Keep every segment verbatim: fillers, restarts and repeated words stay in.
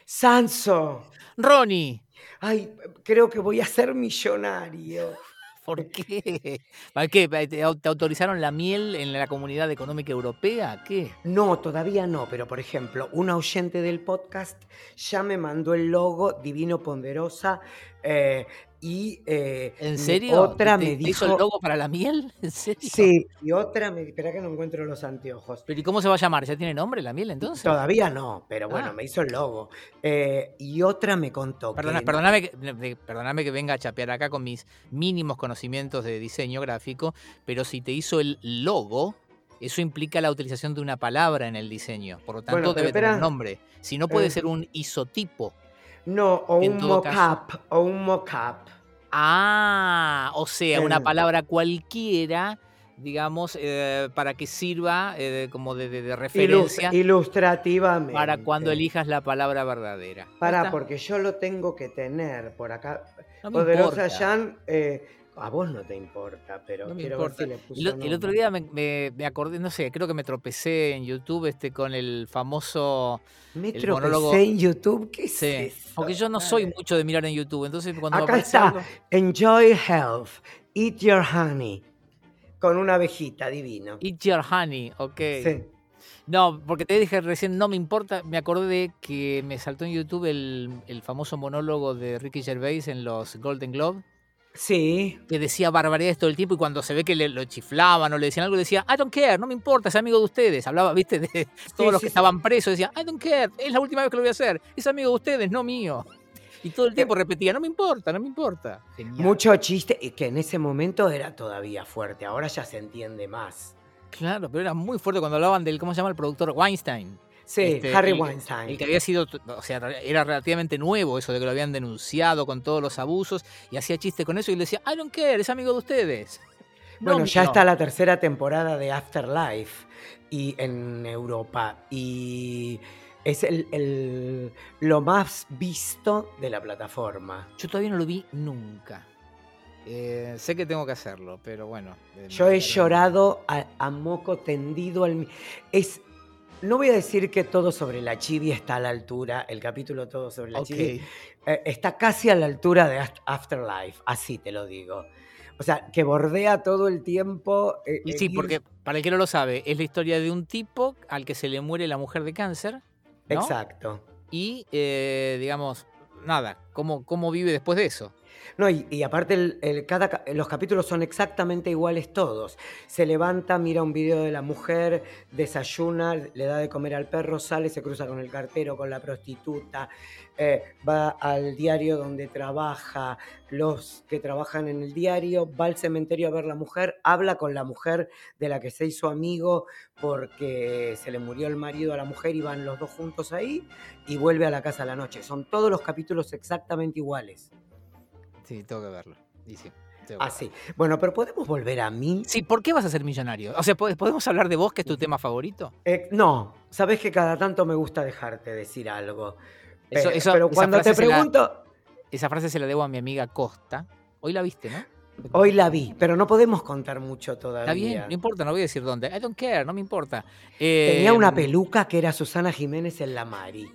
Sanso. Ronnie. Ay, creo que voy a ser millonario. ¿Por qué? ¿Para qué? ¿Te autorizaron la miel en la Comunidad Económica Europea? ¿Qué? No, todavía no, pero por ejemplo, un oyente del podcast ya me mandó el logo Divino Ponderosa eh, y eh, ¿En me- serio? otra ¿Te, me te hizo el dijo... logo para la miel? ¿En serio? Sí, y otra me... Espera que no encuentro los anteojos. ¿Pero y cómo se va a llamar? ¿Ya tiene nombre la miel entonces? Todavía no, pero bueno, Ah. me hizo el logo. Eh, y otra me contó Perdona, que... perdóname, que, perdóname que venga a chapear acá con mis mínimos conocimientos de diseño gráfico, pero si te hizo el logo, eso implica la utilización de una palabra en el diseño. Por lo tanto, Bueno, pero debe tener espera, nombre. Si no, puede eh, ser un isotipo. no, o En un todo caso. mock-up, o un mock-up. Ah, o sea, una Eh. palabra cualquiera, digamos, eh, para que sirva eh, como de, de- de referencia Ilus- ilustrativamente. para cuando elijas la palabra verdadera. ¿Ya Pará, está? porque yo lo tengo que tener por acá. No me Poderosa importa. Jan, eh, a vos no te importa, pero No me quiero importa. ver si le puso El, o- el otro nombre. día me, me- me acordé, no sé, creo que me tropecé en YouTube este con el famoso Me el tropecé monólogo. en YouTube, ¿qué es Sí, eso? porque yo no soy Dale. mucho de mirar en YouTube, entonces cuando me Acá aparece está, algo. Enjoy Health, Eat Your Honey, con una abejita, divino. Eat your honey, ok. Sí. No, porque te dije recién, no me importa, me acordé de que me saltó en YouTube el, el famoso monólogo de Ricky Gervais en los Golden Globe, Sí. que decía barbaridades todo el tiempo y cuando se ve que le, lo chiflaban o le decían algo, decía, I don't care, no me importa, es amigo de ustedes. Hablaba, viste, de todos Sí, los sí, que sí. estaban presos, decía, I don't care, es la última vez que lo voy a hacer, es amigo de ustedes, no mío. Y todo el tiempo repetía, no me importa, no me importa. Genial. Mucho chiste, y que en ese momento era todavía fuerte, ahora ya se entiende más. Claro, pero era muy fuerte cuando hablaban del, ¿cómo se llama el productor? Weinstein. Sí, Este, Harry el, Weinstein. el que había sido, o sea, era relativamente nuevo eso de que lo habían denunciado con todos los abusos y hacía chiste con eso y le decía, I don't care, es amigo de ustedes. Bueno, No, ya no. está la tercera temporada de Afterlife y en Europa y es el, el- lo más visto de la plataforma. Yo todavía no lo vi nunca. Eh, sé que tengo que hacerlo, pero bueno. eh, Yo no, he no, llorado a, a moco tendido al mi- es no voy a decir que todo sobre la chibi está a la altura, el capítulo todo sobre la Ok. chibi eh, está casi a la altura de Aft- Afterlife, así te lo digo. O sea, que bordea todo el tiempo. eh, Y eh, sí, ir- porque para el que no lo sabe, es la historia de un tipo al que se le muere la mujer de cáncer, ¿no? Exacto. Y, eh, digamos, nada, ¿cómo, cómo vive después de eso? No, y, y aparte el, el- cada, ca- los capítulos son exactamente iguales todos. Se levanta, mira un video de la mujer, desayuna, le da de comer al perro, sale, se cruza con el cartero, con la prostituta, eh, va al diario donde trabaja, los que trabajan en el diario, va al cementerio a ver la mujer, habla con la mujer de la que se hizo amigo porque se le murió el marido a la mujer y van los dos juntos ahí y vuelve a la casa a la noche. Son todos los capítulos exactamente iguales. Sí, tengo que verlo. Y sí, tengo que Ah, sí. verlo. Bueno, pero podemos volver a mí. Sí, ¿por qué vas a ser millonario? O sea, ¿pod- ¿podemos hablar de vos, que es tu tema favorito? Eh, no, sabes que cada tanto me gusta dejarte decir algo. Eso- Pe- eso- pero esa cuando te frase se la- pregunto, Esa frase se la debo a mi amiga Costa. Hoy la viste, ¿no? hoy la vi, pero no podemos contar mucho todavía. Está bien, no importa, no voy a decir dónde. I don't care, no me importa. Eh, Tenía una peluca que era Susana Jiménez en la Mari.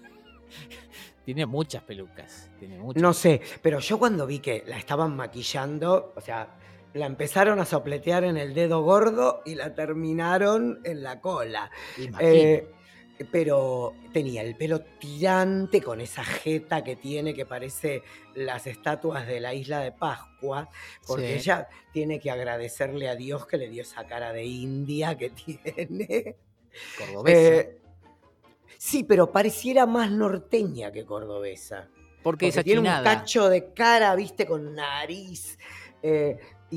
Tiene muchas pelucas. Tiene muchas. No sé, pero yo cuando vi que la estaban maquillando, o sea, la empezaron a sopletear en el dedo gordo y la terminaron en la cola. Imagino. Eh, pero tenía el pelo tirante con esa jeta que tiene que parece las estatuas de la isla de Pascua, porque Sí. ella tiene que agradecerle a Dios que le dio esa cara de india que tiene. Cordobesa. Eh, sí, pero pareciera más norteña que cordobesa. porque es Porque tiene un achinada. cacho de cara, viste, con nariz. eh,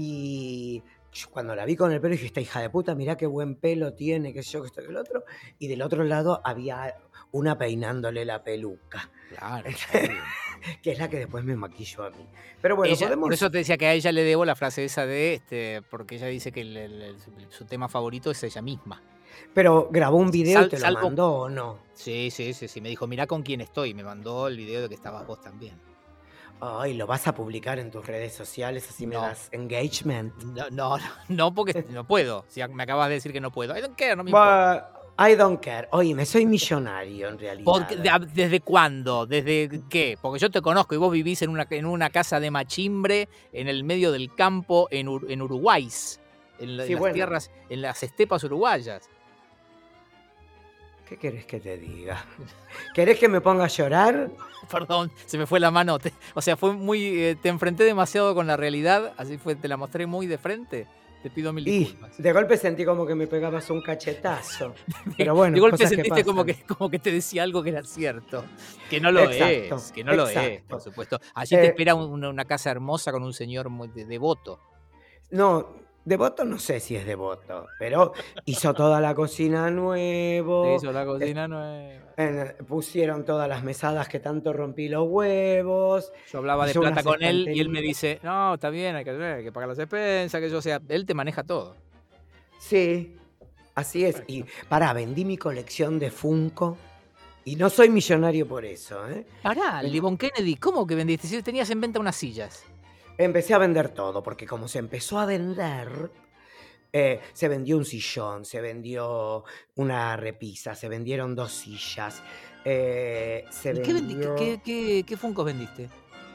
y yo cuando la vi con el pelo dije, esta hija de puta, mirá qué buen pelo tiene, qué sé yo, que esto, que el otro. Y del otro lado había una peinándole la peluca, Claro, está bien. que es la que después me maquilló a mí. Pero bueno, Ella- podemos... Por eso te decía que a ella le debo la frase esa de este, porque ella dice que el- el- el- su tema favorito es ella misma. Pero grabó un video Sal- y te lo salvo- mandó, ¿o no? Sí, sí, sí, sí. Me dijo, mirá con quién estoy. Me mandó el video de que estabas vos también. Ay, ¿lo vas a publicar en tus redes sociales? Así me No. das engagement. No, no, no, no, porque no puedo. Si me acabas de decir que no puedo. I don't care, no me importa. Bah, I don't care. Oíme, soy millonario en realidad. Porque, de- ¿Desde cuándo? ¿Desde qué? Porque yo te conozco y vos vivís en una, en una casa de machimbre en el medio del campo en, Ur- en Uruguay, en, la- Sí, en las bueno. tierras, en las estepas uruguayas. ¿Qué querés que te diga? ¿Querés que me ponga a llorar? Perdón, se me fue la mano. Te- o sea, fue muy. eh, te enfrenté demasiado con la realidad, así fue, te la mostré muy de frente. Te pido mil Y disculpas. de golpe sentí como que me pegabas un cachetazo. De, Pero bueno, de golpe cosas que sentiste como pasan. que, como que te decía algo que era cierto. Que no lo Exacto, es, que no lo es, exacto. por supuesto. Allí te Eh, espera una, una casa hermosa con un señor muy de- devoto. No, devoto no sé si es devoto, pero hizo toda la cocina Te nuevo. hizo la es- cocina nueva. en- pusieron todas las mesadas que tanto rompí los huevos. Yo hablaba de hizo plata unas con él y él me estanterías. dice, no, está bien, hay que, hay que pagar las expensas, que yo sea. Él te maneja todo. Sí, así es. Y pará, vendí mi colección de Funko y no soy millonario por eso, ¿eh? Pará, Ven- Livon Kennedy, ¿cómo que vendiste? Si tenías en venta unas sillas. Empecé a vender todo, porque como se empezó a vender, eh, se vendió un sillón, se vendió una repisa, se vendieron dos sillas, eh, se ¿Y qué, vendi- vendió... qué, qué, qué Funkos vendiste?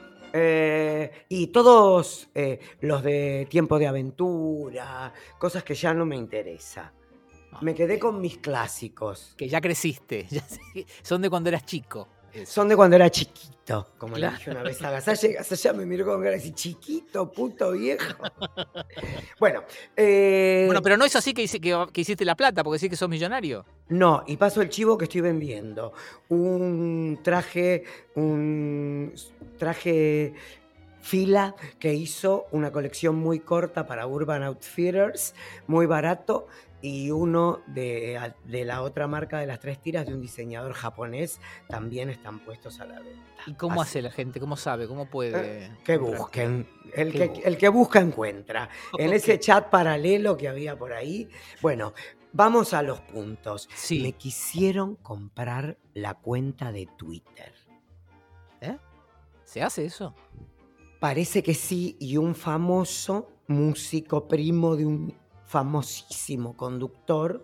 eh, y todos eh, los de Tiempo de Aventura, cosas que ya no me interesa. Ah, Me quedé bien. con mis clásicos. Que ya creciste, ya sé, son de cuando eras chico. Eso. Son de cuando era chiquito, como Claro. le dije una vez a Gasalle. Gasalle me miró con cara así, chiquito, puto viejo. Bueno, eh, Bueno, pero no es así que, hice- que, que hiciste la plata, porque sí que sos millonario. no, y paso el chivo que estoy vendiendo. Un traje, un traje fila que hizo una colección muy corta para Urban Outfitters, muy barato, y uno de, de la otra marca de las tres tiras de un diseñador japonés también están puestos a la venta. ¿Y cómo Así hace la gente? ¿Cómo sabe? ¿Cómo puede? Eh, Que comprar? busquen. El Que que, busquen. el que busca encuentra. En Ok. ese chat paralelo que había por ahí. Bueno, vamos a los puntos. Sí. Me quisieron comprar la cuenta de Twitter. ¿Eh? ¿Se hace eso? Parece que sí, y un famoso músico primo de un famosísimo conductor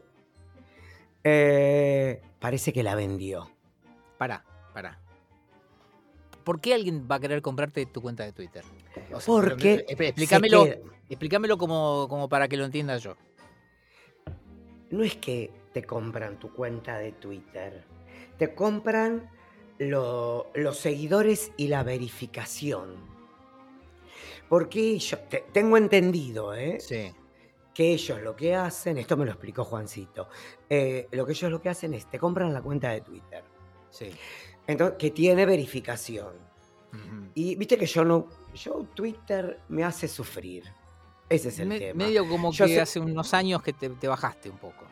eh, parece que la vendió. Pará, pará. ¿Por qué alguien va a querer comprarte tu cuenta de Twitter? O sea, Porque pero, eh, se explícamelo, queda- explícamelo como, como para que lo entienda yo. No es que te compran tu cuenta de Twitter, te compran lo- los seguidores y la verificación. Porque yo te- tengo entendido, ¿eh? Sí. que ellos lo que hacen, esto me lo explicó Juancito, eh, lo que ellos lo que hacen es te compran la cuenta de Twitter, Sí. entonces, que tiene verificación. Ujú. Y viste que yo no, yo Twitter me hace sufrir. Ese es el Me- tema. medio como Yo que sé- hace unos años que te, te bajaste un poco.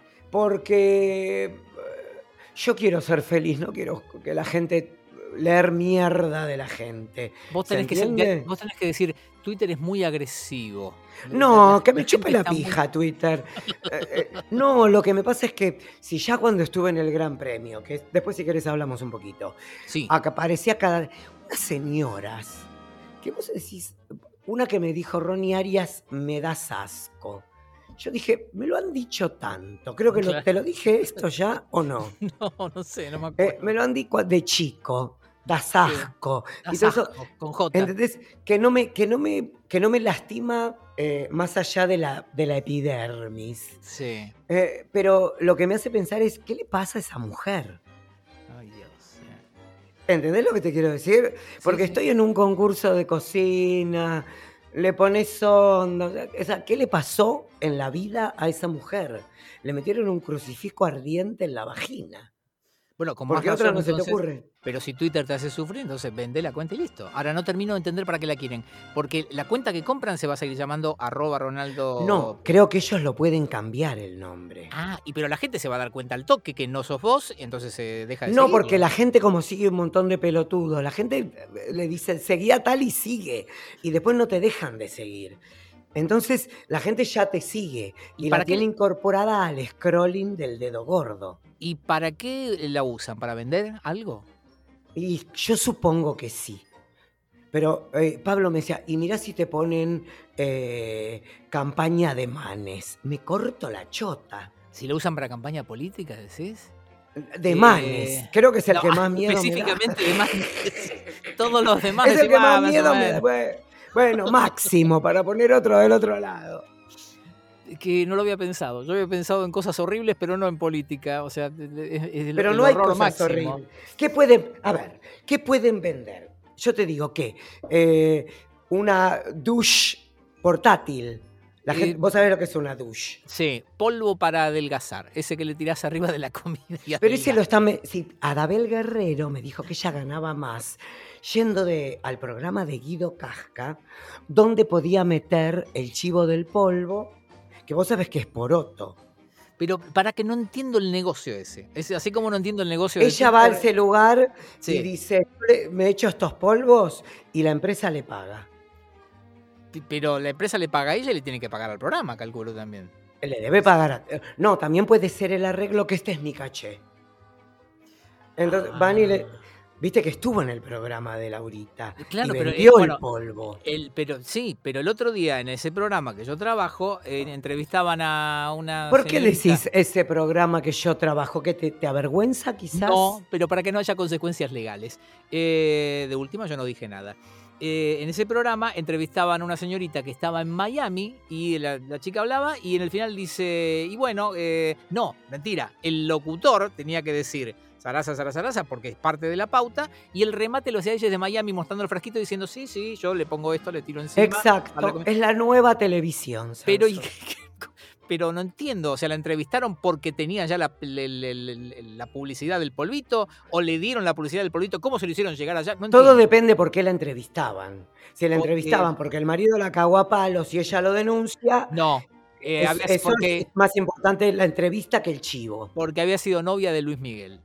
Porque eh, yo quiero ser feliz, no quiero que la gente leer mierda de la gente. Vos ¿Se tenés, que, ser- entiende? vos tenés que decir, Twitter es muy agresivo. No, La- que la me gente chupe la está muy- pija Twitter. Eh, eh, no, lo que me pasa es que si ya cuando estuve en el Gran Premio, que después si querés hablamos un poquito, Sí. acá aparecía cada... unas señoras, que vos decís, una que me dijo Ronnie Arias, me das asco. Yo dije, me lo han dicho tanto, creo que lo- Claro. te lo dije esto ya o no. No, no sé, no me Eh, acuerdo. me lo han dicho de chico, das asco. Y todo eso, Asasco, con J. ¿entendés? Que no me, que no me, que no me lastima eh, más allá de la, de la epidermis. Sí. Eh, pero lo que me hace pensar es, ¿qué le pasa a esa mujer? Ay, Dios. sí. ¿Entendés lo que te quiero decir? Porque sí. estoy en un concurso de cocina, le pones onda. O sea, o sea, ¿qué le pasó en la vida a esa mujer? Le metieron un crucifijo ardiente en la vagina. Bueno, con ¿Por más qué otra razón, no se te entonces, ocurre? Pero si Twitter te hace sufrir, entonces vende la cuenta y listo. Ahora no termino de entender para qué la quieren. Porque la cuenta que compran se va a seguir llamando arroba Ronaldo. No, creo que ellos lo pueden cambiar el nombre. Ah, y pero la gente se va a dar cuenta al toque que no sos vos, y entonces se deja de No, seguirlo. porque la gente como sigue un montón de pelotudos, la gente eh, le dice, seguía tal y sigue, y después no te dejan de seguir. Entonces la gente ya te sigue ¿Y y para la qué tiene le- incorporada al scrolling del dedo gordo. ¿Y para qué la usan? ¿Para vender algo? Y yo supongo que sí. Pero eh, Pablo me decía, y mirá si te ponen eh, campaña de manes. Me corto la chota. Si lo usan para campaña política, ¿decís? De Eh, Manes. Creo que es el no, que más miedo me da. específicamente de Manes. Todos los demás Es el decimos, que "Ah, más más o miedo me da. menos". Bueno, bueno, Máximo, para poner otro del otro lado. Que no lo había pensado. Yo había pensado en cosas horribles, pero no en política. O sea, es, es el, Pero el no hay horror cosas máximo. horribles. ¿Qué pueden, a ver, qué pueden vender? Yo te digo que eh, una douche portátil. La gente, Eh, vos sabés lo que es una douche. Sí, polvo para adelgazar. Ese que le tirás arriba de la comida y Pero ese adelgaza. lo está. me- Sí, Adabel Guerrero me dijo que ella ganaba más yendo de, al programa de Guido Casca, donde podía meter el chivo del polvo, que vos sabés que es poroto. Pero para que no entiendo el negocio ese. Es así como no entiendo el negocio de Ella va a Twitter. ese lugar y Sí, dice, "Yo le- me echo estos polvos", y la empresa le paga. pi- pero la empresa le paga a ella y le tiene que pagar al programa, calculo también. Le debe pagar a... No, también puede ser el arreglo que este es mi caché. Entonces van y le... Ah. Viste que estuvo en el programa de Laurita Claro, y pero, eh, vendió bueno, el polvo. El, pero sí, pero el otro día en ese programa que yo trabajo, eh, entrevistaban a una ¿Por qué señorita. decís ese programa que yo trabajo? ¿Que te, te avergüenza quizás? No, pero para que no haya consecuencias legales. Eh, de última yo no dije nada. Eh, en ese programa entrevistaban a una señorita que estaba en Miami y la, la chica hablaba y en el final dice, y bueno, eh, no, mentira, el locutor tenía que decir zaraza, zaraza, zaraza, porque es parte de la pauta, y el remate lo hacía ella desde Miami mostrando el frasquito diciendo, sí, sí, yo le pongo esto, le tiro encima. Exacto, es la nueva televisión. Pero, y- Sanso. pero no entiendo, o sea, ¿la entrevistaron porque tenía ya la, la- la- la- la publicidad del polvito? ¿O le dieron la publicidad del polvito? ¿Cómo se lo hicieron llegar allá? No Todo entiendo. depende por qué la entrevistaban. Si la Porque- entrevistaban porque el marido la cagó a palos y ella lo denuncia, No, eh, es- había- eso porque, es más importante la entrevista que el chivo. porque había sido novia de Luis Miguel.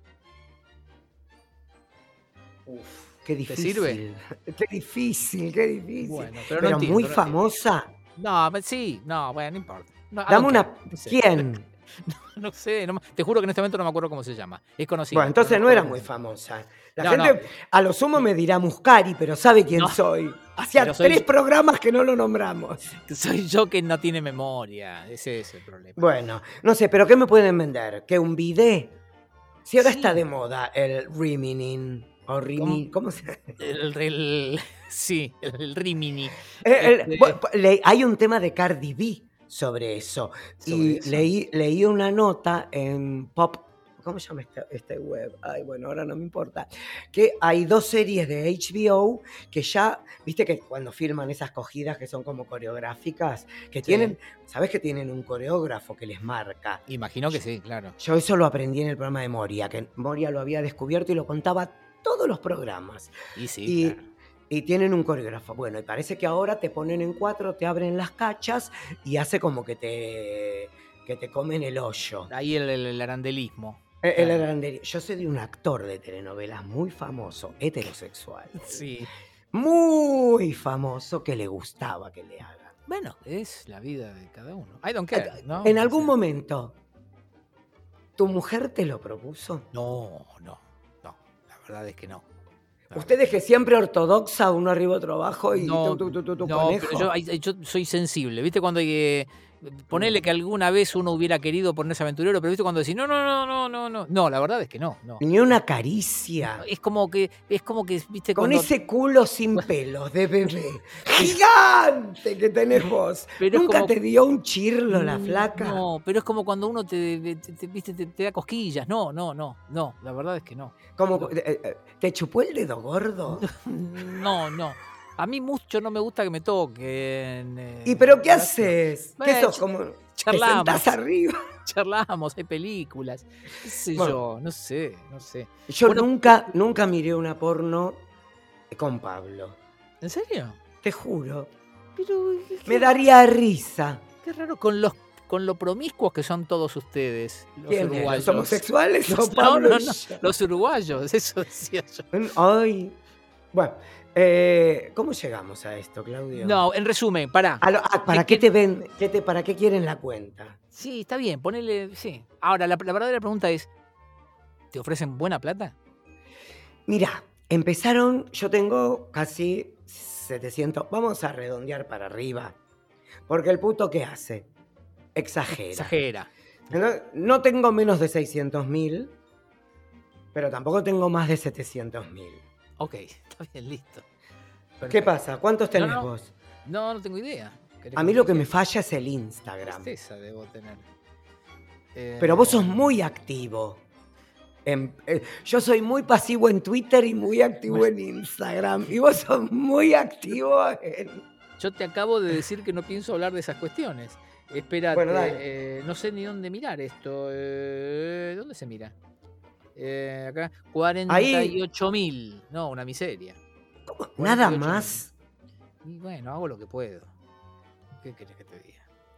Uf, qué ¿Te difícil. sirve? Qué difícil, qué difícil. Bueno, pero pero no entiendo, muy no entiendo. famosa. No, pero sí, no, bueno, no importa. No, I Dame don't una. care, no sé. ¿Quién? No sé, no me- te juro que en este momento no me acuerdo cómo se llama. Es conocida. Bueno, entonces pero no era me muy acuerdo. famosa. La No, gente, no. a lo sumo me dirá Muscari, pero sabe quién No, soy. Hacía pero soy tres yo. programas que no lo nombramos. Soy yo que no tiene memoria. Ese es el problema. Bueno, no sé, pero ¿qué me pueden vender? ¿Que un bidet? Si ahora Sí. está de moda el riminin. O rimin, ¿cómo se El, el- sí, el, el Rimini. El- el- Este, bueno, le- hay un tema de Cardi B sobre eso. ¿Sobre y eso? Leí, leí una nota en Pop. ¿Cómo se llama este, este web? Ay, bueno, ahora no me importa. Que hay dos series de H B O que ya, viste que cuando filman esas cogidas que son como coreográficas, que Sí. tienen, ¿sabés que tienen un coreógrafo que les marca? Imagino que sí, claro. Yo eso lo aprendí en el programa de Moria, que Moria lo había descubierto y lo contaba todos los programas. Y sí, y, claro. y tienen un coreógrafo. Bueno, y parece que ahora te ponen en cuatro, te abren las cachas y hace como que te, que te comen el hoyo. Ahí el, el- el arandelismo. El- el Claro. arandería. Yo sé de un actor de telenovelas muy famoso, heterosexual, Sí. muy famoso, que le gustaba que le hagan. Bueno, es la vida de cada uno. I don't care, ¿no? En O algún sea, momento, ¿tu mujer te lo propuso? No, no, no. La verdad es que no. La Ustedes que siempre ortodoxa, uno arriba, otro abajo y No, tú, tú, tú, tú, tú, no, conejo. pero yo, ay, ay, yo soy sensible. ¿Viste cuando hay que ponele que alguna vez uno hubiera querido ponerse aventurero, pero viste cuando decís, no, no, no, no, no, no. No, la verdad es que no, no. Ni una caricia. Es como que, es como que, viste, Con cuando. ese culo sin pelos de bebé gigante que tenés vos. Pero es ¿Nunca como- te dio un chirlo la Mm, flaca? No, pero es como cuando uno te, te- te- viste, te, te da cosquillas. No, no, no, no. La verdad es que no. Como, eh, eh, ¿te chupó el dedo gordo? No, no. A mí mucho no me gusta que me toquen. eh, ¿Y pero qué gracias. haces? ¿Qué Bueno, sos? Como, ¿te charlamos. sentás arriba? Charlamos, hay películas. ¿Qué sé Bueno. yo? No sé, no sé. Yo Bueno. nunca, nunca miré una porno con Pablo. ¿En serio? Te juro. Pero qué, Me daría risa. qué raro con los con lo promiscuos que son todos ustedes, los ¿Quiénes? uruguayos. ¿Los homosexuales Los- o no, Pablo? no, y no, yo? los uruguayos, eso decía yo. Ay. Bueno, eh, ¿cómo llegamos a esto, Claudio? No, en resumen, pará. A lo- ah, ¿Para ¿Qué- qué te ven? ¿Qué te, ¿Para qué quieren la cuenta? Sí, está bien, ponele. Sí. Ahora, la, la verdadera pregunta es: ¿te ofrecen buena plata? Mirá, empezaron, yo tengo casi setecientos, vamos a redondear para arriba, porque el puto ¿qué hace? Exagera. Exagera. No, no tengo menos de seiscientos mil, pero tampoco tengo más de setecientos mil. Ok, está bien, listo. Perfecto. ¿Qué pasa? ¿Cuántos tenés no, no, vos? No, no tengo idea. A mí lo que me falla es el Instagram. Tristeza debo tener. Eh... Pero vos sos muy activo. En, eh, yo soy muy pasivo en Twitter y muy activo en Instagram. Y vos sos muy activo en... Yo te acabo de decir que no pienso hablar de esas cuestiones. Espérate, bueno, eh, no sé ni dónde mirar esto. Eh, ¿Dónde se mira? Eh, acá, cuarenta y ocho mil. No, una miseria. ¿Cómo? ¿Nada más? Y bueno, hago lo que puedo. ¿Qué querés que te diga?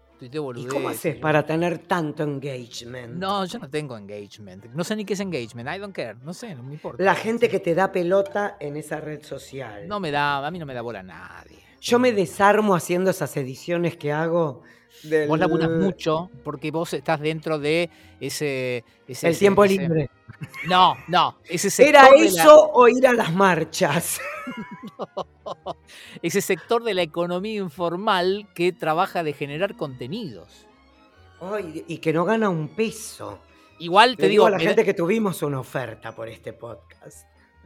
¿Y cómo haces para tener tanto engagement? No, yo no tengo engagement. No sé ni qué es engagement. I don't care. No sé, no me importa. La gente que te da pelota en esa red social. No me da, a mí no me da bola a nadie. Yo me desarmo haciendo esas ediciones que hago. Del... Vos laburas mucho porque vos estás dentro de ese... ese El ese, tiempo ese... libre. No, no. Ese sector ¿Era eso la... o ir a las marchas? No. Ese sector de la economía informal que trabaja de generar contenidos. Oh, y, y que no gana un peso. Igual te Le digo... digo a la gente da... que tuvimos una oferta por este podcast.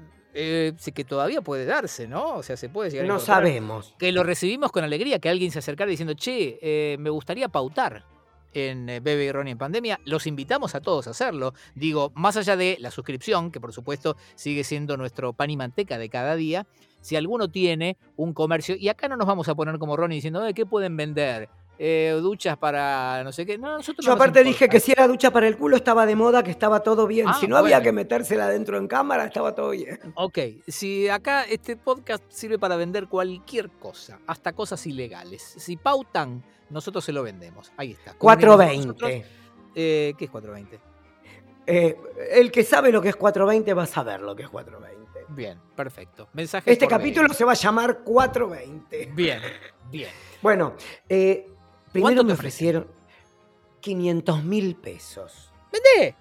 Eh, sí, que todavía puede darse, ¿no? O sea, se puede llegar a No sabemos. Que lo recibimos con alegría, que alguien se acercara diciendo, che, eh, me gustaría pautar en eh, Bebe y Ronnie en Pandemia. Los invitamos a todos a hacerlo. Digo, más allá de la suscripción, que por supuesto sigue siendo nuestro pan y manteca de cada día, si alguno tiene un comercio, y acá no nos vamos a poner como Ronnie diciendo, ¿qué pueden vender? Eh, duchas para no sé qué. No, nosotros Yo no aparte dije que si era ducha para el culo estaba de moda, que estaba todo bien. Ah, si no bueno. había que metérsela adentro en cámara, estaba todo bien. Ok, si acá este podcast sirve para vender cualquier cosa, hasta cosas ilegales. Si pautan, nosotros se lo vendemos. Ahí está. cuatro veinte. Eh, ¿Qué es cuatro veinte? Eh, el que sabe lo que es cuatro veinte va a saber lo que es cuatro veinte. Bien, perfecto. Mensajes este por capítulo mail. se va a llamar cuatro veinte. Bien, bien. Bueno, eh, primero me ofrecieron quinientos mil pesos. ¡Vendé!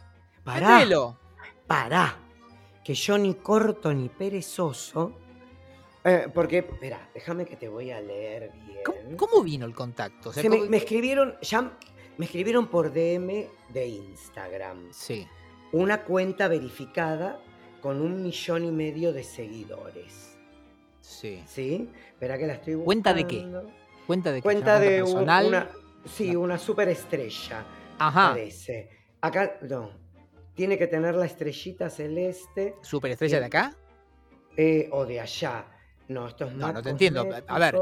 Pará, ¡Vendelo! Pará, que yo ni corto ni perezoso. Eh, porque, espera, déjame que te voy a leer bien. ¿Cómo, cómo vino el contacto? O sea, Se ¿cómo... me, me escribieron, ya me escribieron por D M de Instagram. Sí. Una cuenta verificada con un millón y medio de seguidores. Sí. ¿Sí? Espera que la estoy buscando. ¿Cuenta de qué? ¿Cuenta de qué? Cuenta de un, personal? una... Sí, no. Una superestrella. Ajá. Parece. Acá, no. Tiene que tener la estrellita celeste. ¿Superestrella eh, de acá? Eh, o de allá. No, esto es No, más no te entiendo. A ver.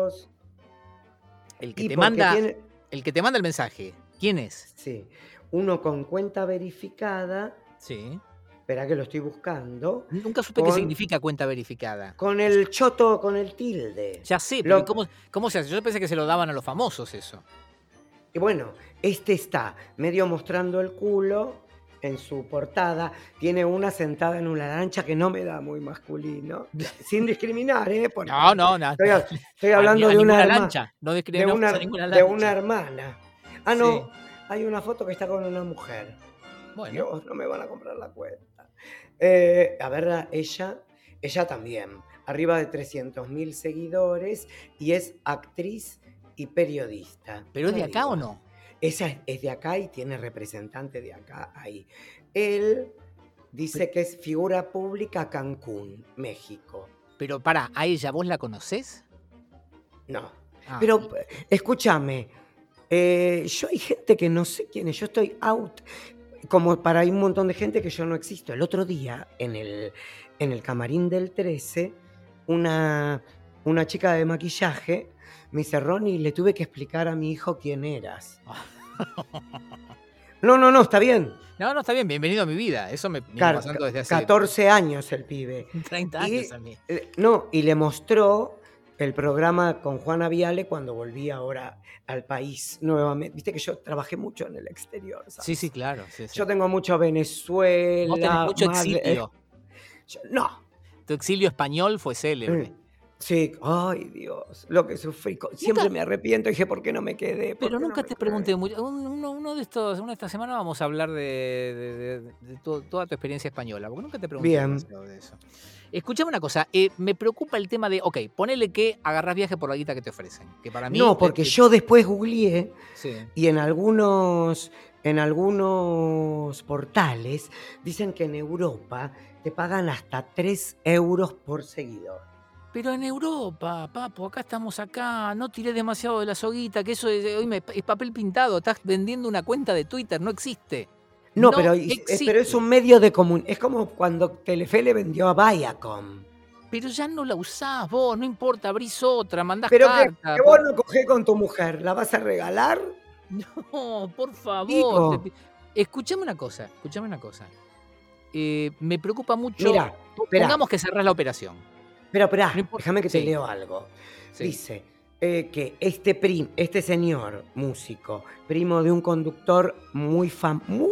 El que, te manda, tiene... el que te manda el mensaje, ¿quién es? Sí. Uno con cuenta verificada. Sí. Espera que lo estoy buscando. Nunca supe con, qué significa cuenta verificada. Con el choto, con el tilde. Ya sé, pero lo... ¿cómo, ¿cómo se hace? Yo pensé que se lo daban a los famosos eso. Y bueno, este está medio mostrando el culo en su portada. Tiene una sentada en una lancha que no me da muy masculino. Sin discriminar, ¿eh? Porque no, no, no. Estoy, estoy hablando a, de, una lancha. No de, una, ninguna lancha. de una hermana. Ah, no. Sí. Hay una foto que está con una mujer. Bueno. Dios, no me van a comprar la cuenta. Eh, a ver, ella, ella también, arriba de trescientos mil seguidores y es actriz y periodista. ¿Pero es de no acá digo, o no? Ella es, es de acá y tiene representante de acá ahí. Él dice que es figura pública Cancún, México. Pero para, ¿a ella vos la conocés? No, ah. pero escúchame, eh, yo hay gente que no sé quién es, yo estoy out. Como para hay un montón de gente que yo no existo. El otro día, en el, en el camarín del trece, una, una chica de maquillaje me dice, Ronnie, le tuve que explicar a mi hijo quién eras. No, no, no, está bien. No, no, está bien, bienvenido a mi vida. Eso me viene pasando desde hace... catorce años el pibe. treinta años a mí. No, y le mostró el programa con Juana Viale cuando volví ahora al país nuevamente. Viste que yo trabajé mucho en el exterior, ¿sabes? Sí, sí, claro. Sí, sí. Yo tengo mucho Venezuela. Vos tenés mucho Madre, exilio. Eh, yo, no. Tu exilio español fue célebre. Mm. Sí, ay Dios, lo que sufrí. co- Siempre Nunca, me arrepiento. Dije, ¿por qué no me quedé? ¿Por pero qué no nunca me te quedé? pregunté mucho. un- Uno, uno de estos, una de estas semanas vamos a hablar de, de- de- de to- toda tu experiencia española, porque nunca te pregunté Bien. demasiado de eso. Escuchame una cosa, eh, me preocupa el tema de, ok, ponele que agarrás viaje por la guita que te ofrecen, que para mí, No, eh, porque eh, yo después googleé sí. y en algunos, en algunos portales dicen que en Europa te pagan hasta tres euros por seguidor. Pero en Europa, papo, acá estamos acá, no tiré demasiado de la soguita, que eso es, hoy me- es papel pintado, estás vendiendo una cuenta de Twitter, no existe. No, No pero, es, es- pero es existe. un medio de comunicación. Es como cuando Telefe le vendió a Viacom. Pero ya no la usás vos, no importa, abrís otra, mandás Pero que, carta. que vos por- no cogés con tu mujer, ¿la vas a regalar? No, por favor. te Digo, pi- Escuchame una cosa, escuchame una cosa. Eh, me preocupa mucho, mira, po- espera, pongamos que cerrás la operación. espera, No espera, importa. déjame que te Sí, leo algo. sí. Dice eh, que este prim, este señor músico, primo de un conductor muy fam, muy,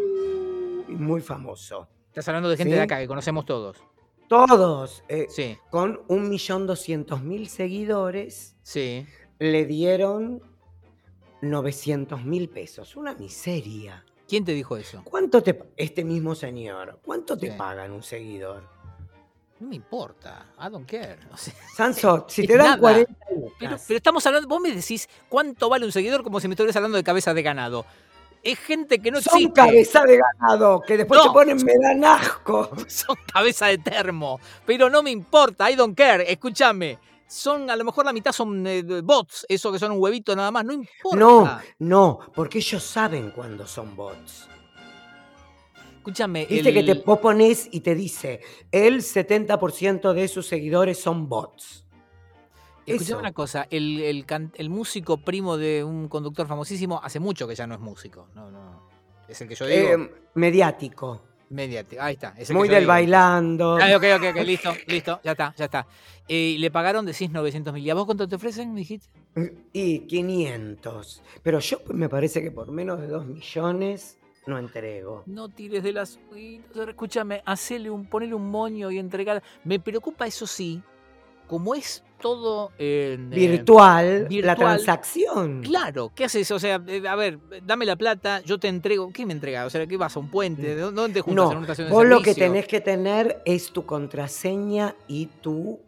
muy famoso, Estás hablando de gente de ¿sí? acá que conocemos todos. Todos eh, Sí, con un millón doscientos mil seguidores sí. le dieron novecientos mil pesos. Una miseria. ¿Quién te dijo eso? ¿Cuánto te, este mismo señor, cuánto te Sí. pagan un seguidor? No me importa, I don't care. O sea, Sanso, si es te dan nada. cuarenta Pero, lucas, pero estamos hablando, vos me decís cuánto vale un seguidor como si me estuvieras hablando de cabeza de ganado. Es gente que no son existe. cabeza de ganado, que después te No, ponen me dan asco. son cabeza de termo. Pero no me importa, I don't care. Escúchame. Son, a lo mejor la mitad son eh, bots, eso que son un huevito nada más. No importa. No, no, porque ellos saben cuándo son bots. Escúchame, Viste que te el. vos ponés y te dice, el setenta por ciento de sus seguidores son bots. Escuchame Eso. una cosa, el, el, can- el músico primo de un conductor famosísimo hace mucho que ya no es músico. No, no. Es el que yo digo. Eh, mediático. Mediático. Ahí está. Es el Muy que yo del digo. bailando. Ah, ok, ok, ok, listo, listo, ya está, ya está. Eh, le pagaron, decís, novecientos mil. ¿Y a vos cuánto te ofrecen, me dijiste? Y quinientos. Pero yo me parece que por menos de dos millones no entrego. No tires de las... Uy, escúchame, hacele un, ponele un moño y entregar. Me preocupa, eso sí, como es todo en, eh, Virtual, la virtual, transacción. claro, ¿qué haces? O sea, eh, a ver, dame la plata, yo te entrego. ¿Qué me entrega? O sea, ¿qué vas a un puente? ¿Dó- ¿Dónde te juntas? ¿En No, una estación de vos lo que servicio? tenés que tener es tu contraseña y tu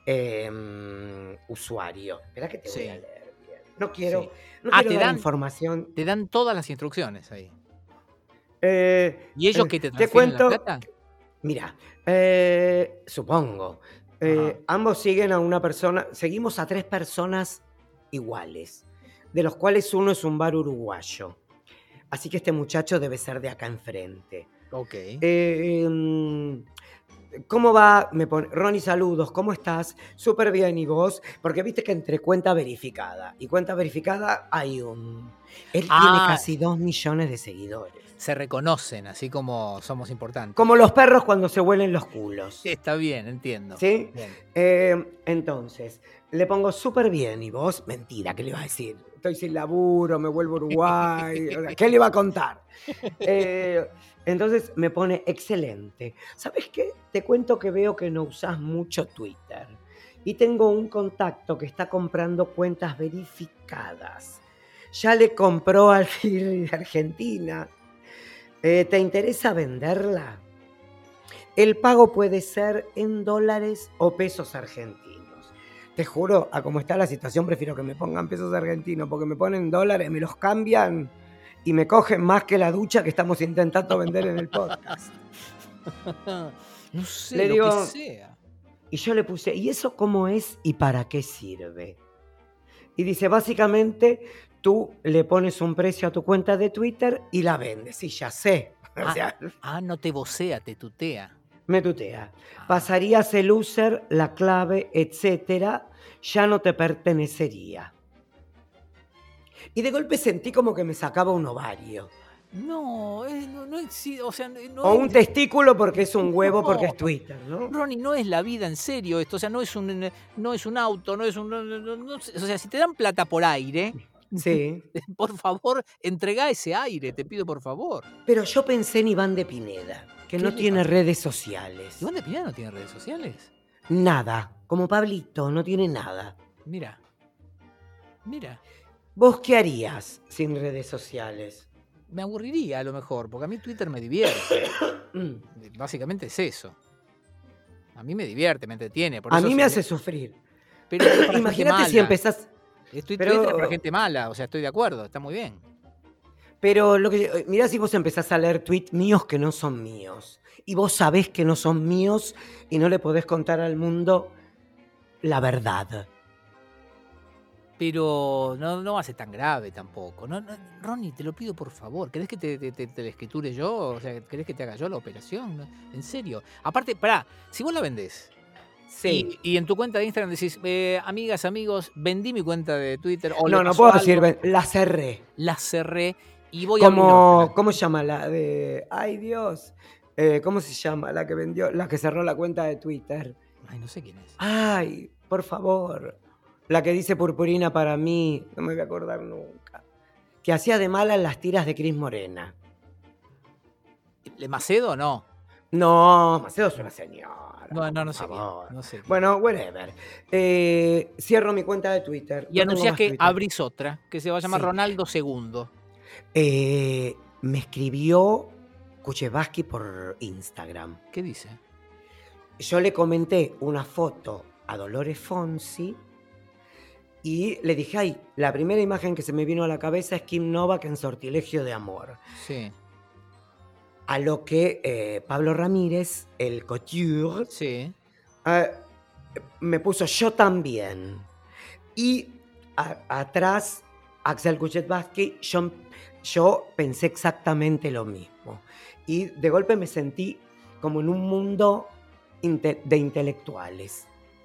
eh, usuario. Espera que te voy Sí, a leer bien. No quiero, sí. no Ah, quiero te dar dan, información. te dan todas las instrucciones ahí. Eh, ¿Y ellos eh, que te te transfieren la cuento, plata? mira, eh, supongo. eh, Ajá. ambos siguen a una persona, seguimos a tres personas iguales, de los cuales uno es un bar uruguayo. Así que este muchacho debe ser de acá enfrente. Ok. Eh, mm, ¿Cómo va? Me pone, Ronnie, saludos, ¿cómo estás? Súper bien, ¿y vos? Porque viste que entre cuenta verificada y cuenta verificada hay un... Él tiene Ah, casi dos millones de seguidores. se reconocen, así como somos importantes. Como los perros cuando se huelen los culos. Está bien, entiendo. ¿Sí? Bien. Eh, entonces, le pongo súper bien, ¿y vos? Mentira, ¿qué le va a decir? Estoy sin laburo, me vuelvo a Uruguay, ¿qué le va a contar? Eh, entonces me pone excelente. ¿Sabes qué? Te cuento que veo que no usás mucho Twitter. Y tengo un contacto que está comprando cuentas verificadas. Ya le compró al Firri de Argentina. Eh, ¿Te interesa venderla? El pago puede ser en dólares o pesos argentinos. Te juro, a como está la situación, prefiero que me pongan pesos argentinos, porque me ponen dólares, me los cambian y me cogen más que la ducha que estamos intentando vender en el podcast. No sé, Le lo digo, que sea. y yo le puse, ¿y eso cómo es y para qué sirve? Y dice, básicamente, tú le pones un precio a tu cuenta de Twitter y la vendes. Y ya sé. O Ah, sea, ah, no te vocea, te tutea. me tutea. Ah, Pasarías el user, la clave, etcétera, ya no te pertenecería. Y de golpe sentí como que me sacaba un ovario. no, eh, no, no existe, o sea, no O un es- testículo porque es un huevo porque es No. Twitter, ¿no? Ronnie, no es la vida en serio esto, o sea, no es un, no es un auto, no es un... no- no- no- o sea, si te dan plata por aire, Sí. por favor, entregá ese aire, te pido por favor. Pero yo pensé en Iván de Pineda, que ¿Qué no le tiene pasa? redes sociales. ¿Iván de Pineda no tiene redes sociales? Nada. Como Pablito, no tiene nada. Mira. Mira. ¿Vos qué harías sin redes sociales? Me aburriría a lo mejor, porque a mí Twitter me divierte. Básicamente es eso. A mí me divierte, me entretiene. Por a eso mí me soy... hace sufrir. Pero es para imagínate si empezás... Estoy pero... Twitter para gente mala, o sea, estoy de acuerdo, está muy bien. Pero lo que mirá si vos empezás a leer tweets míos que no son míos. Y vos sabés que no son míos y no le podés contar al mundo la verdad. Pero no, no va a ser tan grave tampoco. No, no, Ronnie, te lo pido por favor. ¿Querés que te, te, te, te la escriture yo? O sea, ¿querés que te haga yo la operación? ¿No? En serio. Aparte, pará, si vos la vendés sí. y, y en tu cuenta de Instagram decís, eh, amigas, amigos, vendí mi cuenta de Twitter. O no, no puedo algo, decir, la cerré. La cerré y voy Como, a abrir. ¿Cómo se llama la de...? Ay, Dios. Eh, ¿Cómo se llama la que vendió, la que cerró la cuenta de Twitter? Ay, no sé quién es. Ay, por favor. La que dice purpurina para mí, no me voy a acordar nunca. Que hacía de mala en las tiras de Cris Morena. ¿Le Macedo o no? No, Macedo es una señora. No, no, no sé, quién, no sé quién. Bueno, whatever. Eh, cierro mi cuenta de Twitter. Y no anunciás que Twitter. Abrís otra, que se va a llamar sí. Ronaldo segundo. Eh, me escribió Kuchevaski por Instagram. ¿Qué dice? Yo le comenté una foto a Dolores Fonsi y le dije, ay, la primera imagen que se me vino a la cabeza es Kim Novak en Sortilegio de Amor. Sí. A lo que eh, Pablo Ramírez, el couture, sí. eh, me puso yo también. Y a, atrás, Axel Kuchevaski, yo, yo pensé exactamente lo mismo. Y de golpe me sentí como en un mundo inte- de intelectuales.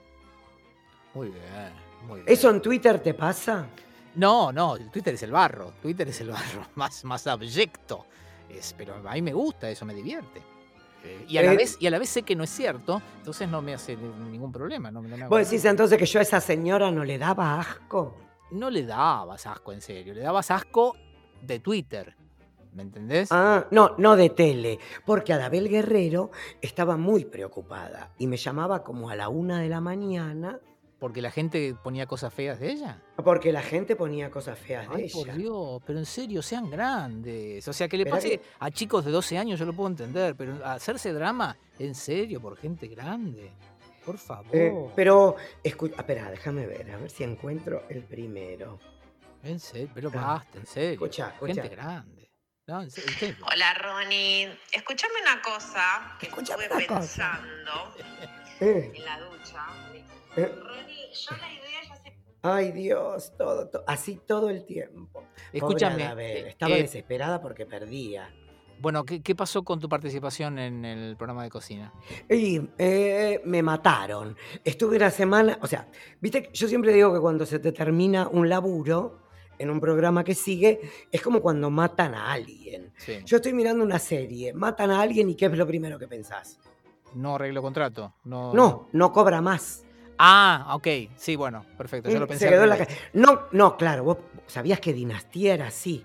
Muy bien, muy bien. ¿Eso en Twitter te pasa? No, no, Twitter es el barro. Twitter es el barro más, más abyecto. Es, pero a mí me gusta, eso me divierte. Eh, y, a la eh, vez, y a la vez sé que no es cierto, entonces no me hace ningún problema. No, no me ¿Vos decís entonces que yo a esa señora no le daba asco? No le dabas asco, en serio. Le dabas asco de Twitter. ¿Me entendés? Ah, no, no de tele, porque Adabel Guerrero estaba muy preocupada y me llamaba como a la una de la mañana. ¿Porque la gente ponía cosas feas de ella? Porque la gente ponía cosas feas de Ay, ella. Por Dios, pero en serio, sean grandes. O sea, que le pase que... a chicos de doce años yo lo puedo entender, pero hacerse drama, en serio, por gente grande. Por favor. Eh, pero, escucha, espera, déjame ver, a ver si encuentro el primero. En serio, pero basta, en serio. Escucha, escucha. Gente grande. No, en serio, en serio. Hola, Ronnie. Escúchame una cosa que Escúchame estuve una pensando eh. en la ducha. Eh. Ronnie, yo la idea ya se... Ay, Dios, todo, todo, así todo el tiempo. Escúchame. Pobre estaba eh, desesperada porque perdía. Bueno, ¿qué, ¿qué pasó con tu participación en el programa de cocina? Y eh, me mataron. Estuve una semana, o sea, viste, yo siempre digo que cuando se te termina un laburo en un programa que sigue, es como cuando matan a alguien. Sí. Yo estoy mirando una serie, matan a alguien y ¿qué es lo primero que pensás? No arreglo contrato. No, no, no cobra más. Ah, ok. Sí, bueno, perfecto. Yo lo pensé. Se quedó en la ca- no, no, claro, vos sabías que Dinastía era así.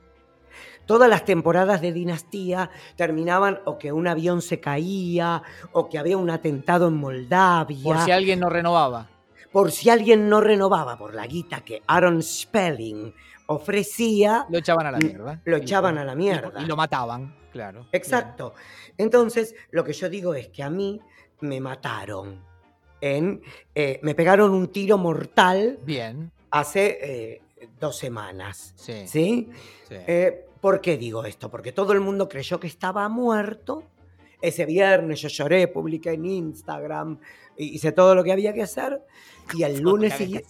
Todas las temporadas de Dinastía terminaban o que un avión se caía o que había un atentado en Moldavia. Por si alguien no renovaba. Por si alguien no renovaba por la guita que Aaron Spelling ofrecía. Lo echaban a la mierda. Lo echaban a la mierda. Y lo mataban, claro. Exacto. Bien. Entonces, lo que yo digo es que a mí me mataron. En, eh, me pegaron un tiro mortal. Bien. Hace eh, dos semanas. Sí. ¿Sí? Sí. Eh, ¿Por qué digo esto? Porque todo el mundo creyó que estaba muerto. Ese viernes yo lloré, publiqué en Instagram, hice todo lo que había que hacer. Y el lunes siguiente...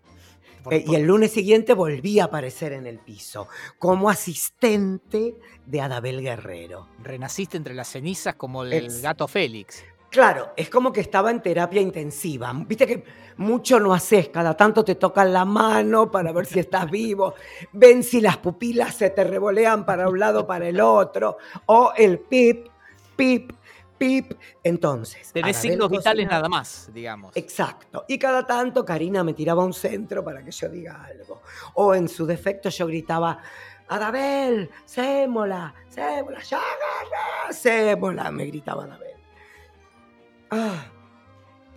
Eh, y el lunes siguiente volví a aparecer en el piso como asistente de Adabel Guerrero. Renaciste entre las cenizas como el es, gato Félix. Claro, es como que estaba en terapia intensiva. Viste que mucho no haces, cada tanto te tocan la mano para ver si estás vivo, ven si las pupilas se te revolean para un lado para el otro, o el pip, pip, pip. Entonces, tenés signos vitales nada más, digamos. Exacto. Y cada tanto Karina me tiraba un centro para que yo diga algo. O en su defecto yo gritaba, Adabel, sémola, sémola, ya agarra, sémola, me gritaba Adabel. Ah.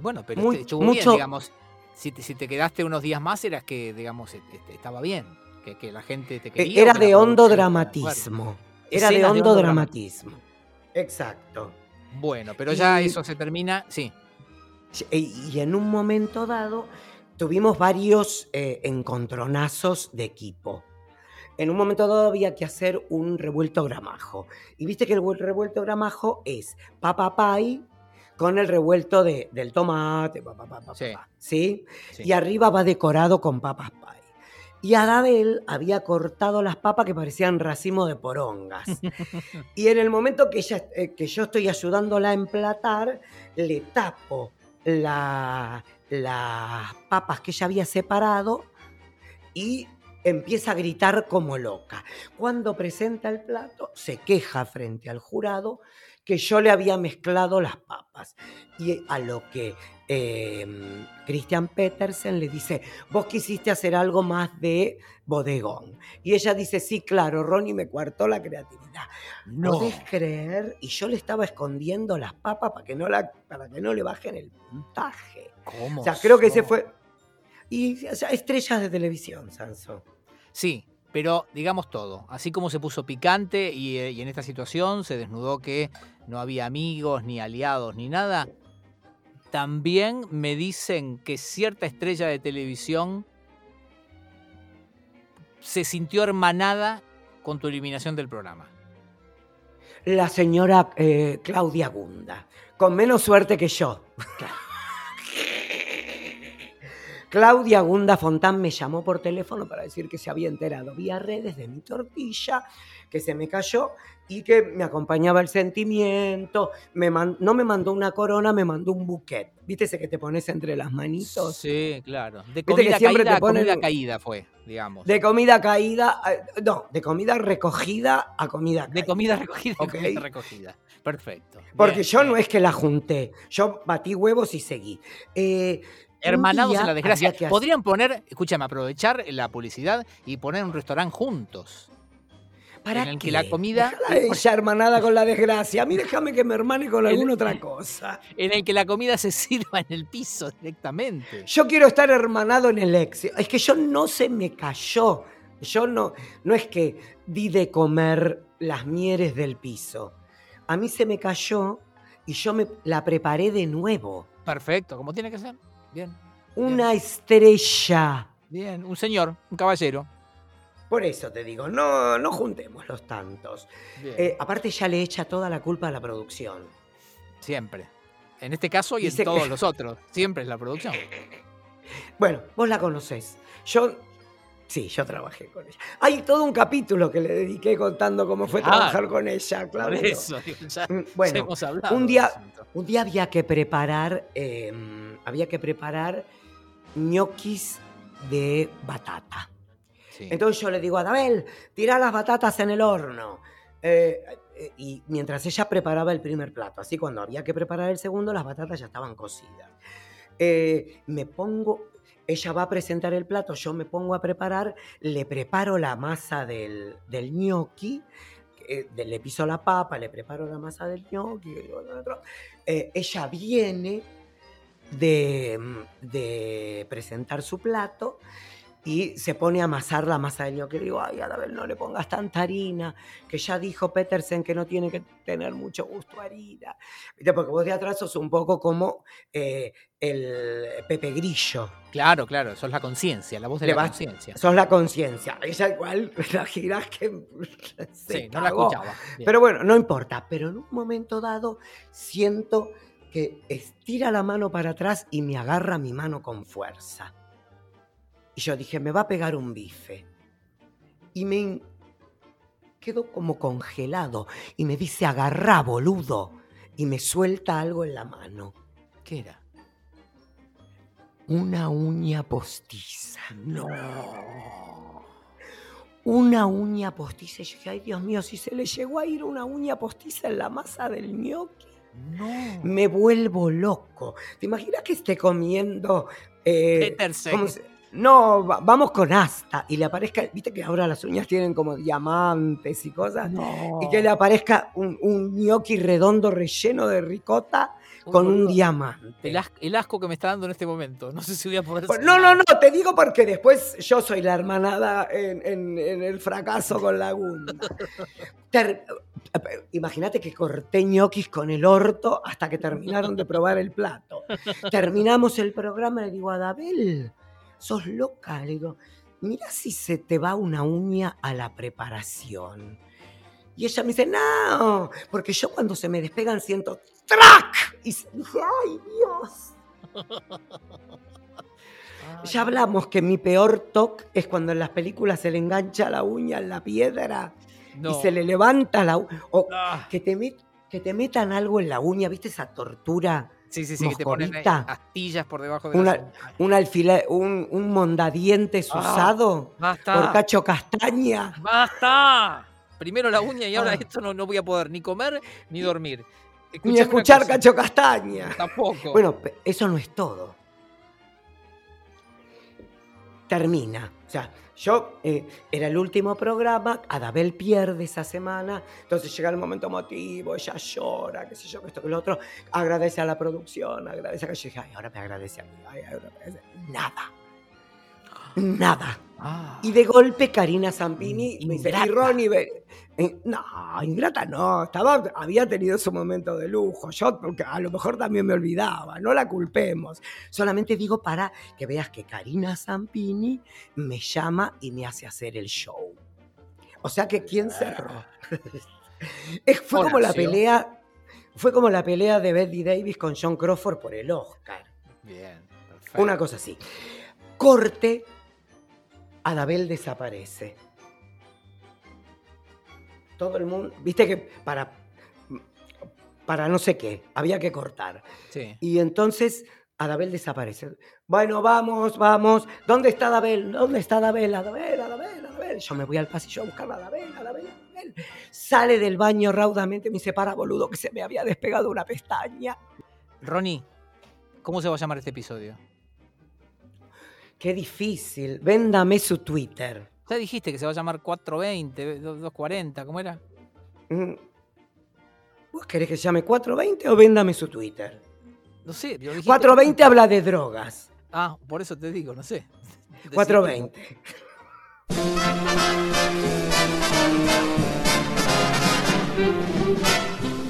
Bueno, pero Muy- este, estuvo mucho- bien, digamos. Si te, si te quedaste unos días más, eras que, digamos, e- e- estaba bien. Que, que la gente te Eh, quería. Era o que la de hondo producción estaba de acuerdo. dramatismo. Era de Escenas de hondo hondo dramatismo. Exacto. Bueno, pero ya Y- eso se termina. Sí. Y, y en un momento dado tuvimos varios eh, encontronazos de equipo. En un momento dado había que hacer un revuelto gramajo. Y viste que el vuel- revuelto gramajo es papa pie con el revuelto de, del tomate, pa, pa, pa, pa, Sí. pa, ¿sí? Sí. Y arriba va decorado con papas pie. Y Adabel había cortado las papas que parecían racimo de porongas. Y en el momento que, ella, eh, que yo estoy ayudándola a emplatar, le tapo la- las papas que ella había separado y empieza a gritar como loca. Cuando presenta el plato, se queja frente al jurado que yo le había mezclado las papas. Y a lo que eh, Christian Petersen le dice, vos quisiste hacer algo más de bodegón. Y ella dice, sí, claro, Ronnie me coartó la creatividad. No. ¿Podés creer? Y yo le estaba escondiendo las papas para que no, la, para que no le bajen el puntaje. ¿Cómo O sea, creo que ese sos? fue... Y o sea, estrellas de televisión, Sanso. Sí, pero digamos todo. Así como se puso picante y, eh, y en esta situación se desnudó que no había amigos, ni aliados, ni nada, también me dicen que cierta estrella de televisión se sintió hermanada con tu eliminación del programa. La señora eh, Claudia Gunda, con menos suerte que yo. Claudia Gunda Fontán me llamó por teléfono para decir que se había enterado vía redes de mi tortilla, que se me cayó y que me acompañaba el sentimiento. Me man- no me mandó una corona, me mandó un buquet. ¿Viste ese que te pones entre las manitos? Sí, claro. De que comida siempre caída te a comida ponen- caída fue, digamos. De comida caída, a- no, de comida recogida a comida caída. De comida recogida a Ok. comida recogida. Perfecto. Porque Bien, yo bien. no es que la junté, yo batí huevos y seguí. Eh, un Hermanados día en la desgracia. había que hacer- Podrían poner, escúchame, aprovechar la publicidad y poner un restaurante juntos. ¿Para en el qué? que la comida- Déjala a ella hermanada con la desgracia. A mí déjame que me hermane con El- alguna otra cosa. En el que la comida se sirva en el piso directamente. Yo quiero estar hermanado en el éxito. Es que yo no se me cayó. Yo no, no es que di de comer las mieres del piso. A mí se me cayó y yo me la preparé de nuevo. Perfecto, como tiene que ser. Bien. Una estrella. Bien, un señor, un caballero. Por eso te digo, no, no juntemos los tantos. Bien. Eh, aparte ya le echa toda la culpa a la producción. Siempre. En este caso y Dice en todos que- los otros. Siempre es la producción. Bueno, vos la conocés. Yo, sí, yo trabajé con ella. Hay todo un capítulo que le dediqué contando cómo fue Claro. trabajar con ella, Por claro. eso, digo, ya, Mm, ya Bueno, hemos hablado. un del día, asunto. un día había que preparar, eh, había que preparar ñoquis de batata. Sí. Entonces yo le digo a Adabel, tirá las batatas en el horno. Eh, eh, y mientras ella preparaba el primer plato, así cuando había que preparar el segundo, las batatas ya estaban cocidas. Eh, me pongo, ella va a presentar el plato, yo me pongo a preparar, le preparo la masa del, del ñoqui, eh, de- le piso la papa, le preparo la masa del ñoqui, eh, ella viene de, de presentar su plato y se pone a amasar la masa del ñoqui. Le digo, ay, Adabel, no le pongas tanta harina, que ya dijo Petersen que no tiene que tener mucho gusto a harina. ¿Viste? Porque vos de atrás sos un poco como eh, el Pepe Grillo. Claro, claro, sos la conciencia, la voz de Le la vas- conciencia. Sos la conciencia. Ella igual la girás que se Sí, no la cagó. escuchaba. Bien. Pero bueno, no importa. Pero en un momento dado siento que estira la mano para atrás y me agarra mi mano con fuerza. Y yo dije, me va a pegar un bife. Y me in- quedo como congelado. Y me dice, agarrá, boludo. Y me suelta algo en la mano. ¿Qué era? Una uña postiza. No. Una uña postiza. Y yo dije, ay, Dios mío, si se le llegó a ir una uña postiza en la masa del ñoqui. No. Me vuelvo loco. ¿Te imaginas que esté comiendo... eh, Petersen. ¿cómo se- no, va- vamos con Asta. Y le aparezca, viste que ahora las uñas tienen como diamantes y cosas. No. Y que le aparezca un, un gnocchi redondo relleno de ricota Uy, con un boludo. diamante. El, as- el asco que me está dando en este momento. No sé si voy a poder. Pues, hacer no, no, nada. no, te digo porque después yo soy la hermanada en, en- en el fracaso con la Gunda. Ter- Imagínate que corté ñoquis con el orto hasta que terminaron de probar el plato. Terminamos el programa y le digo, Adabel, sos loca. Le digo, mira si se te va una uña a la preparación. Y ella me dice, no, porque yo cuando se me despegan siento ¡trac! Y dije, ¡ay, Dios! Ay, Ya hablamos que mi peor toque es cuando en las películas se le engancha la uña en la piedra no. y se le levanta la uña. O Ah. que te, met- que te metan algo en la uña, ¿viste esa tortura? Sí, sí, sí, que te ponen ahí moscovita. astillas por debajo de Una- las uñas. Un alfiler, un, un mondadientes Ah, usado ¡Basta! por Cacho Castaña. ¡Basta! Primero la uña y ahora Ah. esto no, no voy a poder ni comer ni dormir. Ni Escuchame una escuchar cosa. Cacho Castaña. Tampoco. Bueno, pe- eso no es todo. Termina. O sea, yo eh, era el último programa, Adabel pierde esa semana, entonces llega el momento emotivo, ella llora, qué sé yo, que esto, que lo otro, agradece a la producción, agradece a que yo dije, ay, ahora me agradece a mí, ay, ahora me agradece. Nada. Nada. Ah. Y de golpe Karina Zampini me dice, y Ingrata. Ronnie, ve- eh, no, ingrata no, estaba, había tenido su momento de lujo, yo porque a lo mejor también me olvidaba, no la culpemos, solamente digo para que veas que Karina Zampini me llama y me hace hacer el show. O sea que ¿quién cerró? Es- Fue como la Horacio. pelea, fue como la pelea de Betty Davis con John Crawford por el Oscar. Bien, perfecto. Una cosa así. Corte, Adabel desaparece. Todo el mundo, viste que para, para no sé qué, había que cortar. Sí. Y entonces Adabel desaparece. Bueno, vamos, vamos. ¿Dónde está Adabel? ¿Dónde está Adabel? Adabel, Adabel, Adabel. Yo me voy al pasillo a buscar a Adabel, Adabel, Adabel. Sale del baño raudamente, me dice, para, boludo, que se me había despegado una pestaña. Ronnie, ¿cómo se va a llamar este episodio? Qué difícil. Véndame su Twitter. Ya dijiste que se va a llamar cuatrocientos veinte, doscientos cuarenta, ¿cómo era? Mm. ¿Vos querés que se llame cuatrocientos veinte o véndame su Twitter? No sé. lo dijiste- cuatrocientos veinte habla de drogas. Ah, por eso te digo, no sé. cuatrocientos veinte. Decí tú.